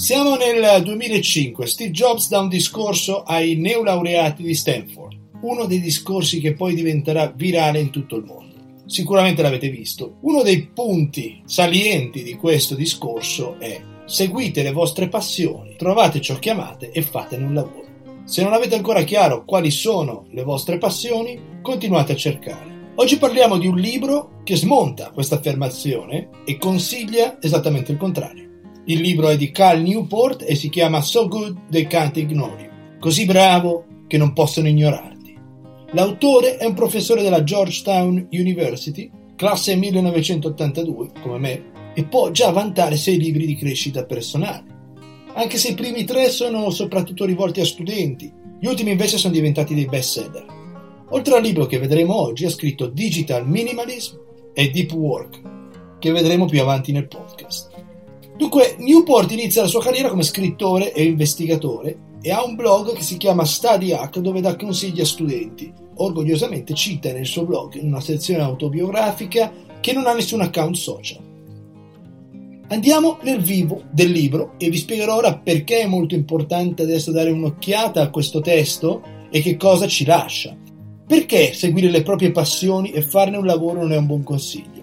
Siamo nel 2005, Steve Jobs dà un discorso ai neolaureati di Stanford, uno dei discorsi che poi diventerà virale in tutto il mondo. Sicuramente l'avete visto. Uno dei punti salienti di questo discorso è: seguite le vostre passioni, trovate ciò che amate e fatene un lavoro. Se non avete ancora chiaro quali sono le vostre passioni, continuate a cercare. Oggi parliamo di un libro che smonta questa affermazione e consiglia esattamente il contrario. Il libro è di Cal Newport e si chiama So Good They Can't Ignore You, così bravo che non possono ignorarti. L'autore è un professore della Georgetown University, classe 1982, come me, e può già vantare 6 libri di crescita personale. Anche se i primi 3 sono soprattutto rivolti a studenti, gli ultimi invece sono diventati dei bestseller. Oltre al libro che vedremo oggi, ha scritto Digital Minimalism e Deep Work, che vedremo più avanti nel podcast. Dunque, Newport inizia la sua carriera come scrittore e investigatore e ha un blog che si chiama Study Hack, dove dà consigli a studenti. Orgogliosamente cita nel suo blog, in una sezione autobiografica, che non ha nessun account social. Andiamo nel vivo del libro e vi spiegherò ora perché è molto importante adesso dare un'occhiata a questo testo e che cosa ci lascia. Perché seguire le proprie passioni e farne un lavoro non è un buon consiglio?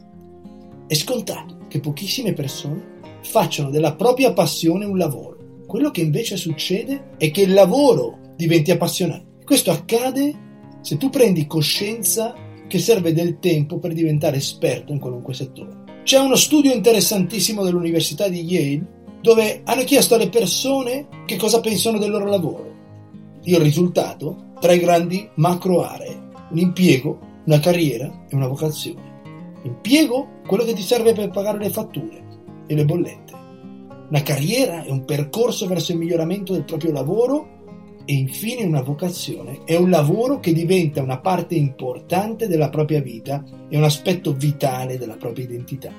È scontato che pochissime persone facciano della propria passione un lavoro. Quello che invece succede è che il lavoro diventi appassionante. Questo accade se tu prendi coscienza che serve del tempo per diventare esperto in qualunque settore. C'è uno studio interessantissimo dell'Università di Yale dove hanno chiesto alle persone che cosa pensano del loro lavoro. Il risultato? 3 grandi macro aree: un impiego, una carriera e una vocazione. Impiego, quello che ti serve per pagare le fatture e le bollette. Una carriera è un percorso verso il miglioramento del proprio lavoro e infine una vocazione è un lavoro che diventa una parte importante della propria vita e un aspetto vitale della propria identità.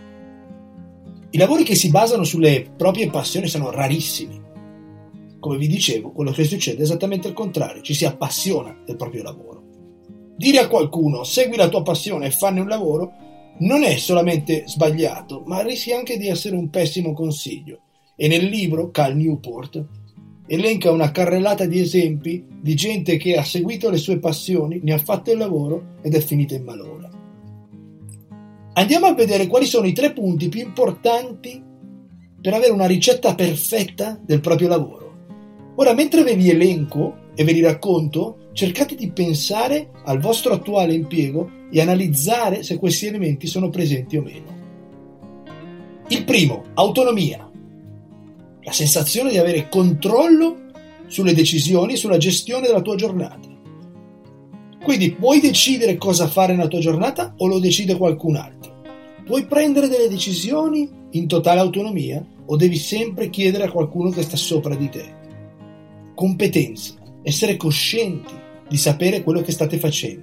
I lavori che si basano sulle proprie passioni sono rarissimi. Come vi dicevo, quello che succede è esattamente il contrario, ci si appassiona del proprio lavoro. Dire a qualcuno segui la tua passione e fanne un lavoro non è solamente sbagliato, ma rischia anche di essere un pessimo consiglio. E nel libro Cal Newport elenca una carrellata di esempi di gente che ha seguito le sue passioni, ne ha fatto il lavoro ed è finita in malora. Andiamo a vedere quali sono i 3 punti più importanti per avere una ricetta perfetta del proprio lavoro. Ora, mentre ve li elenco e ve li racconto, cercate di pensare al vostro attuale impiego e analizzare se questi elementi sono presenti o meno. Il primo, autonomia. La sensazione di avere controllo sulle decisioni e sulla gestione della tua giornata. Quindi puoi decidere cosa fare nella tua giornata o lo decide qualcun altro. Puoi prendere delle decisioni in totale autonomia o devi sempre chiedere a qualcuno che sta sopra di te. Competenza, essere coscienti di sapere quello che state facendo.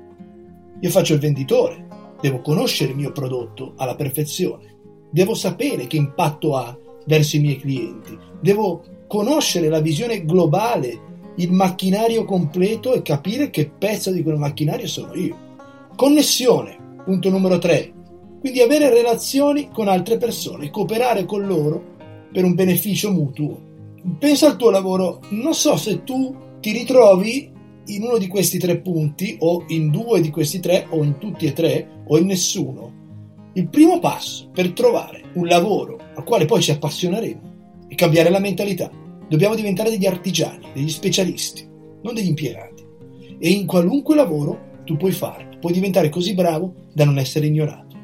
Io faccio il venditore, devo conoscere il mio prodotto alla perfezione, devo sapere che impatto ha verso i miei clienti, devo conoscere la visione globale, il macchinario completo e capire che pezzo di quel macchinario sono io. Connessione, punto numero 3, quindi avere relazioni con altre persone, cooperare con loro per un beneficio mutuo. Pensa al tuo lavoro, non so se tu ti ritrovi in uno di questi 3 punti o in 2 di questi 3 o in tutti e 3 o in nessuno. Il primo passo per trovare un lavoro al quale poi ci appassioneremo è cambiare la mentalità. Dobbiamo diventare degli artigiani, degli specialisti, non degli impiegati. E in qualunque lavoro tu puoi farlo, puoi diventare così bravo da non essere ignorato.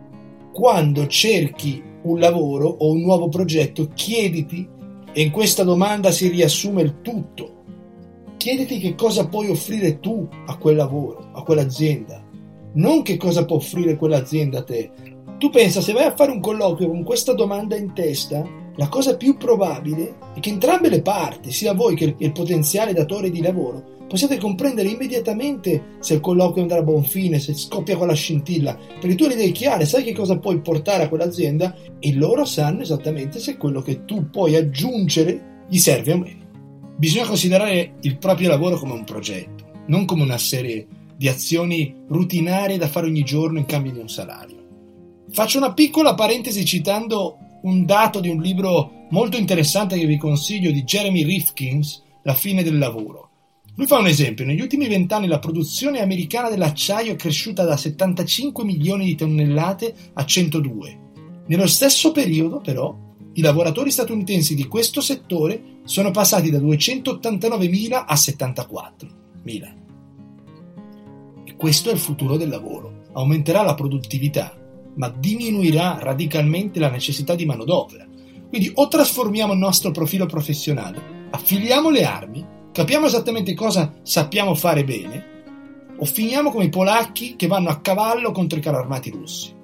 Quando cerchi un lavoro o un nuovo progetto, chiediti, e in questa domanda si riassume il tutto, chiediti che cosa puoi offrire tu a quel lavoro, a quell'azienda, non che cosa può offrire quell'azienda a te. Tu pensa, se vai a fare un colloquio con questa domanda in testa, la cosa più probabile è che entrambe le parti, sia voi che il potenziale datore di lavoro, possiate comprendere immediatamente se il colloquio andrà a buon fine, se scoppia quella scintilla, perché tu hai le idee chiare, sai che cosa puoi portare a quell'azienda e loro sanno esattamente se quello che tu puoi aggiungere gli serve o meno. Bisogna considerare il proprio lavoro come un progetto, non come una serie di azioni rutinarie da fare ogni giorno in cambio di un salario. Faccio una piccola parentesi citando un dato di un libro molto interessante che vi consiglio di Jeremy Rifkin, La fine del lavoro. Lui fa un esempio: negli ultimi 20 anni la produzione americana dell'acciaio è cresciuta da 75 milioni di tonnellate a 102. Nello stesso periodo, però, i lavoratori statunitensi di questo settore sono passati da 289.000 a 74.000. E questo è il futuro del lavoro. Aumenterà la produttività, ma diminuirà radicalmente la necessità di manodopera. Quindi o trasformiamo il nostro profilo professionale, affiliamo le armi, capiamo esattamente cosa sappiamo fare bene, o finiamo come i polacchi che vanno a cavallo contro i carri armati russi.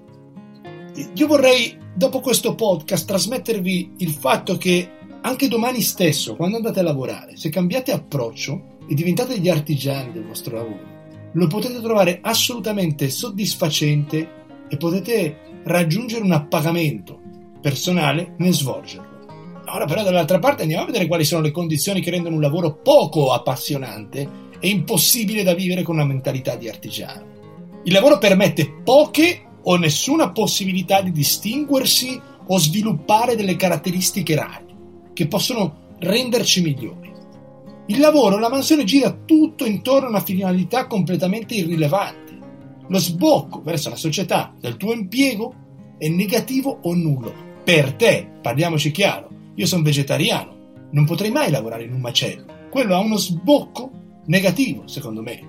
Io vorrei, dopo questo podcast, trasmettervi il fatto che anche domani stesso, quando andate a lavorare, se cambiate approccio e diventate degli artigiani del vostro lavoro, lo potete trovare assolutamente soddisfacente e potete raggiungere un appagamento personale nel svolgerlo. Ora però dall'altra parte andiamo a vedere quali sono le condizioni che rendono un lavoro poco appassionante e impossibile da vivere con una mentalità di artigiano. Il lavoro permette poche o nessuna possibilità di distinguersi o sviluppare delle caratteristiche rare che possono renderci migliori. Il lavoro, la mansione, gira tutto intorno a una finalità completamente irrilevante. Lo sbocco verso la società del tuo impiego è negativo o nullo. Per te, parliamoci chiaro, io sono vegetariano, non potrei mai lavorare in un macello. Quello ha uno sbocco negativo, secondo me,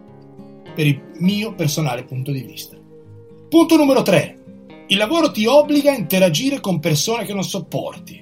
per il mio personale punto di vista. Punto numero 3. Il lavoro ti obbliga a interagire con persone che non sopporti.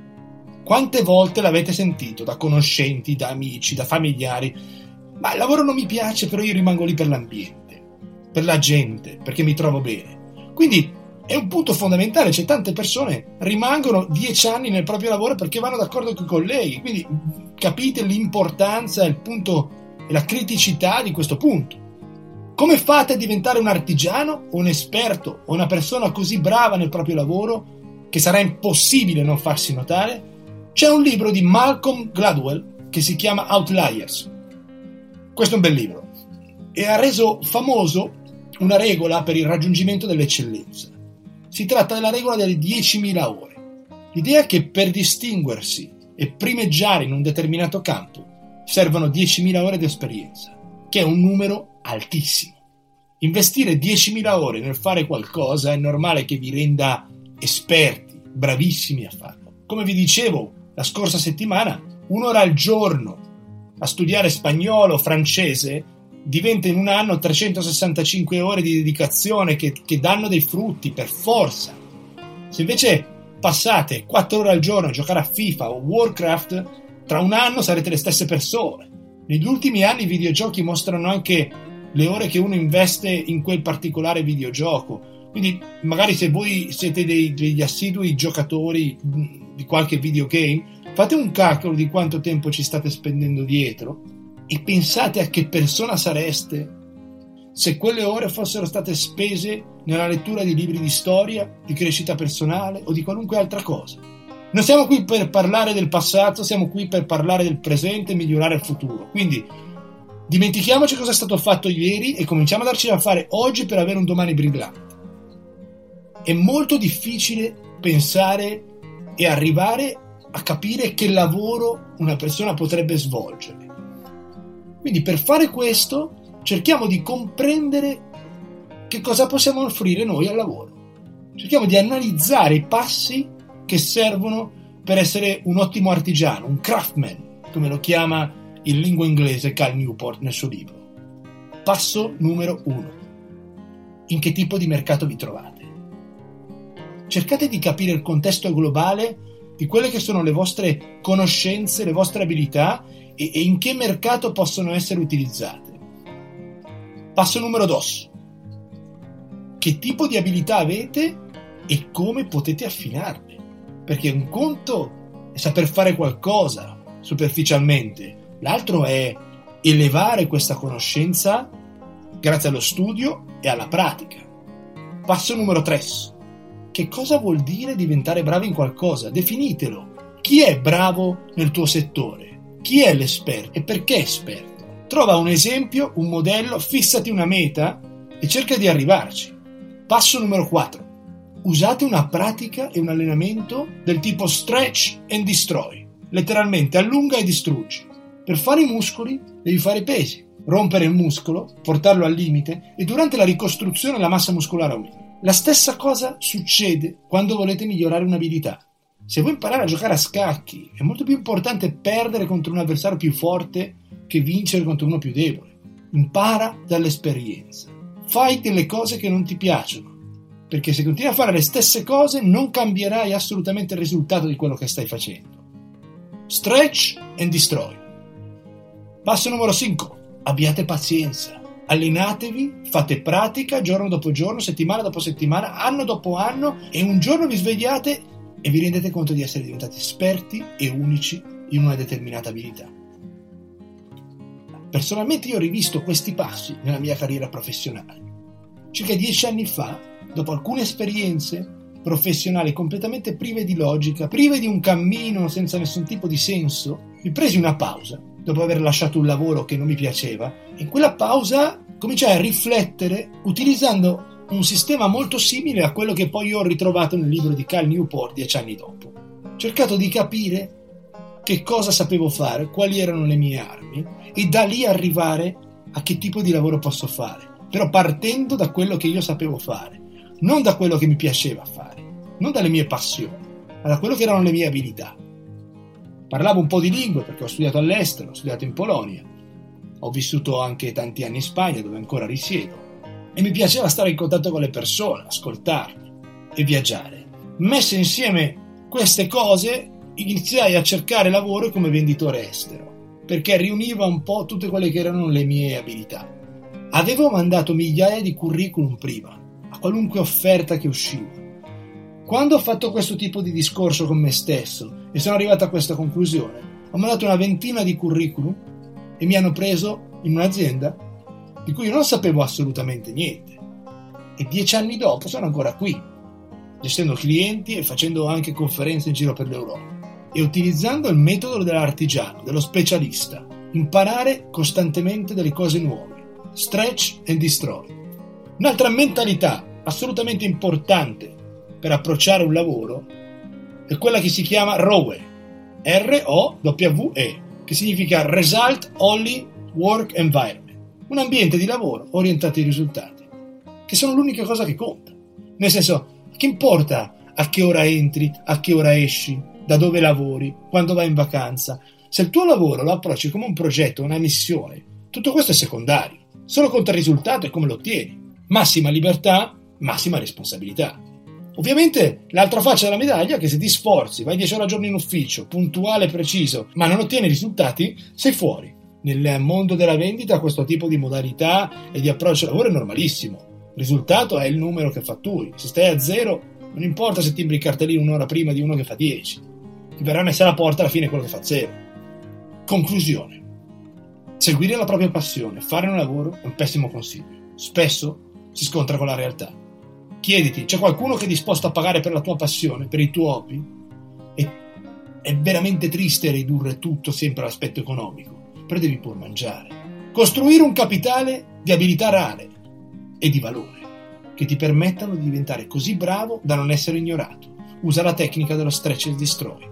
Quante volte l'avete sentito da conoscenti, da amici, da familiari? Ma il lavoro non mi piace, però io rimango lì per l'ambiente, per la gente, perché mi trovo bene. Quindi è un punto fondamentale. C'è tante persone rimangono 10 anni nel proprio lavoro perché vanno d'accordo con i colleghi. Quindi capite l'importanza, il punto e la criticità di questo punto. Come fate a diventare un artigiano, un esperto o una persona così brava nel proprio lavoro che sarà impossibile non farsi notare? C'è un libro di Malcolm Gladwell che si chiama Outliers. Questo è un bel libro e ha reso famoso una regola per il raggiungimento dell'eccellenza. Si tratta della regola delle 10.000 ore. L'idea è che per distinguersi e primeggiare in un determinato campo servono 10.000 ore di esperienza, che è un numero altissimo. Investire 10.000 ore nel fare qualcosa è normale che vi renda esperti, bravissimi a farlo. Come vi dicevo la scorsa settimana, un'ora al giorno a studiare spagnolo, francese, diventa in un anno 365 ore di dedicazione che danno dei frutti per forza. Se invece passate 4 ore al giorno a giocare a FIFA o Warcraft, tra un anno sarete le stesse persone. Negli ultimi anni i videogiochi mostrano anche le ore che uno investe in quel particolare videogioco. Quindi magari se voi siete degli assidui giocatori di qualche videogame, fate un calcolo di quanto tempo ci state spendendo dietro e pensate a che persona sareste se quelle ore fossero state spese nella lettura di libri di storia, di crescita personale o di qualunque altra cosa. Non siamo qui per parlare del passato, siamo qui per parlare del presente e migliorare il futuro. Quindi dimentichiamoci cosa è stato fatto ieri e cominciamo a darci da fare oggi per avere un domani brillante. È molto difficile pensare e arrivare a capire che lavoro una persona potrebbe svolgere. Quindi per fare questo cerchiamo di comprendere che cosa possiamo offrire noi al lavoro. Cerchiamo di analizzare i passi che servono per essere un ottimo artigiano, un craftsman, come lo chiama in lingua inglese Cal Newport nel suo libro. Passo numero 1. In che tipo di mercato vi trovate? Cercate di capire il contesto globale di quelle che sono le vostre conoscenze, le vostre abilità e in che mercato possono essere utilizzate. Passo numero 2. Che tipo di abilità avete e come potete affinarle? Perché un conto è saper fare qualcosa superficialmente, l'altro è elevare questa conoscenza grazie allo studio e alla pratica. Passo numero 3. Che cosa vuol dire diventare bravi in qualcosa? Definitelo. Chi è bravo nel tuo settore? Chi è l'esperto e perché è esperto? Trova un esempio, un modello, fissati una meta e cerca di arrivarci. Passo numero 4. usate una pratica e un allenamento del tipo stretch and destroy, letteralmente allunga e distruggi. Per fare i muscoli devi fare i pesi, rompere il muscolo, portarlo al limite e durante la ricostruzione la massa muscolare aumenta. La stessa cosa succede quando volete migliorare un'abilità. Se vuoi imparare a giocare a scacchi, è molto più importante perdere contro un avversario più forte che vincere contro uno più debole. Impara dall'esperienza. Fai delle cose che non ti piacciono, perché se continui a fare le stesse cose non cambierai assolutamente il risultato di quello che stai facendo. Stretch and destroy. Passo numero 5. Abbiate pazienza. Allenatevi, fate pratica giorno dopo giorno, settimana dopo settimana, anno dopo anno e un giorno vi svegliate e vi rendete conto di essere diventati esperti e unici in una determinata abilità. Personalmente io ho rivisto questi passi nella mia carriera professionale. Circa 10 anni fa, dopo alcune esperienze professionali completamente prive di logica, prive di un cammino senza nessun tipo di senso, mi presi una pausa dopo aver lasciato un lavoro che non mi piaceva. In quella pausa cominciai a riflettere utilizzando un sistema molto simile a quello che poi io ho ritrovato nel libro di Cal Newport 10 anni dopo. Ho cercato di capire che cosa sapevo fare, quali erano le mie armi e da lì arrivare a che tipo di lavoro posso fare, però partendo da quello che io sapevo fare, non da quello che mi piaceva fare, non dalle mie passioni, ma da quello che erano le mie abilità. Parlavo un po' di lingue perché ho studiato all'estero, ho studiato in Polonia, ho vissuto anche tanti anni in Spagna dove ancora risiedo e mi piaceva stare in contatto con le persone, ascoltarli e viaggiare. Messe insieme queste cose iniziai a cercare lavoro come venditore estero perché riuniva un po' tutte quelle che erano le mie abilità. Avevo mandato migliaia di curriculum prima a qualunque offerta che usciva. Quando ho fatto questo tipo di discorso con me stesso e sono arrivato a questa conclusione, ho mandato una ventina di curriculum e mi hanno preso in un'azienda di cui io non sapevo assolutamente niente. E 10 anni dopo sono ancora qui, gestendo clienti e facendo anche conferenze in giro per l'Europa. E utilizzando il metodo dell'artigiano, dello specialista, imparare costantemente delle cose nuove. Stretch and destroy. Un'altra mentalità assolutamente importante per approcciare un lavoro è quella che si chiama ROWE, ROWE, che significa Result Only Work Environment, un ambiente di lavoro orientato ai risultati, che sono l'unica cosa che conta. Nel senso, che importa a che ora entri, a che ora esci, da dove lavori, quando vai in vacanza? Se il tuo lavoro lo approcci come un progetto, una missione, tutto questo è secondario. Solo conta il risultato e come lo ottieni. Massima libertà, massima responsabilità. Ovviamente l'altra faccia della medaglia è che se ti sforzi, vai 10 ore al giorno in ufficio, puntuale e preciso, ma non ottieni risultati, sei fuori. Nel mondo della vendita questo tipo di modalità e di approccio al lavoro è normalissimo. Il risultato è il numero che fatturi. Se stai a 0, non importa se timbri il cartellino un'ora prima di uno che fa 10. Ti verrà messa alla porta alla fine quello che fa 0. Conclusione. Seguire la propria passione, fare un lavoro è un pessimo consiglio. Spesso si scontra con la realtà. Chiediti, c'è qualcuno che è disposto a pagare per la tua passione, per i tuoi hobby? E è veramente triste ridurre tutto sempre all'aspetto economico, però devi pur mangiare. Costruire un capitale di abilità rare e di valore che ti permettano di diventare così bravo da non essere ignorato. Usa la tecnica dello stretch and destroy.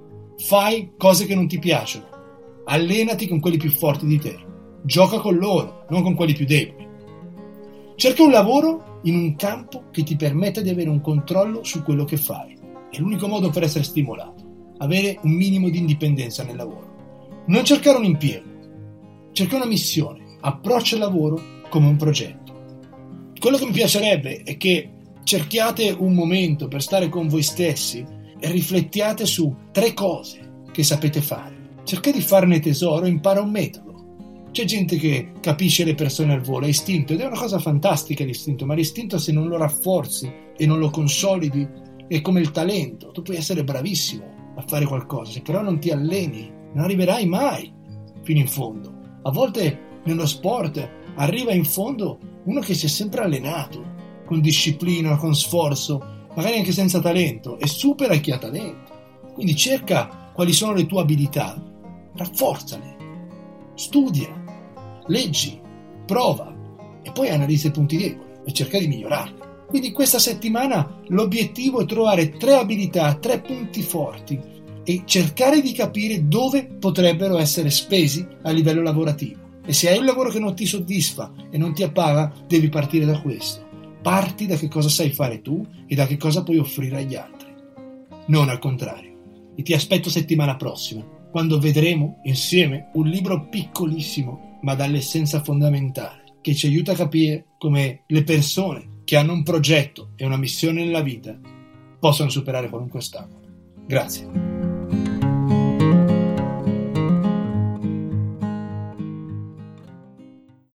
Fai cose che non ti piacciono. Allenati con quelli più forti di te. Gioca con loro, non con quelli più deboli. Cerca un lavoro in un campo che ti permetta di avere un controllo su quello che fai. È l'unico modo per essere stimolato. Avere un minimo di indipendenza nel lavoro. Non cercare un impiego. Cerca una missione. Approccia il lavoro come un progetto. Quello che mi piacerebbe è che cerchiate un momento per stare con voi stessi e riflettiate su 3 cose che sapete fare. Cercate di farne tesoro e impara un metodo. C'è gente che capisce le persone al volo, è istinto, ed è una cosa fantastica l'istinto, ma l'istinto se non lo rafforzi e non lo consolidi è come il talento. Tu puoi essere bravissimo a fare qualcosa, se però non ti alleni non arriverai mai fino in fondo. A volte nello sport arriva in fondo uno che si è sempre allenato, con disciplina, con sforzo, magari anche senza talento, e supera chi ha talento. Quindi cerca quali sono le tue abilità, rafforzale, studia, leggi, prova e poi analizza i punti deboli e cerca di migliorarli. Quindi questa settimana l'obiettivo è trovare 3 abilità, 3 punti forti e cercare di capire dove potrebbero essere spesi a livello lavorativo. E se hai un lavoro che non ti soddisfa e non ti appaga, devi partire da questo. Parti da che cosa sai fare tu e da che cosa puoi offrire agli altri. Non al contrario. E ti aspetto settimana prossima, quando vedremo insieme un libro piccolissimo, ma dall'essenza fondamentale, che ci aiuta a capire come le persone che hanno un progetto e una missione nella vita possono superare qualunque ostacolo. Grazie.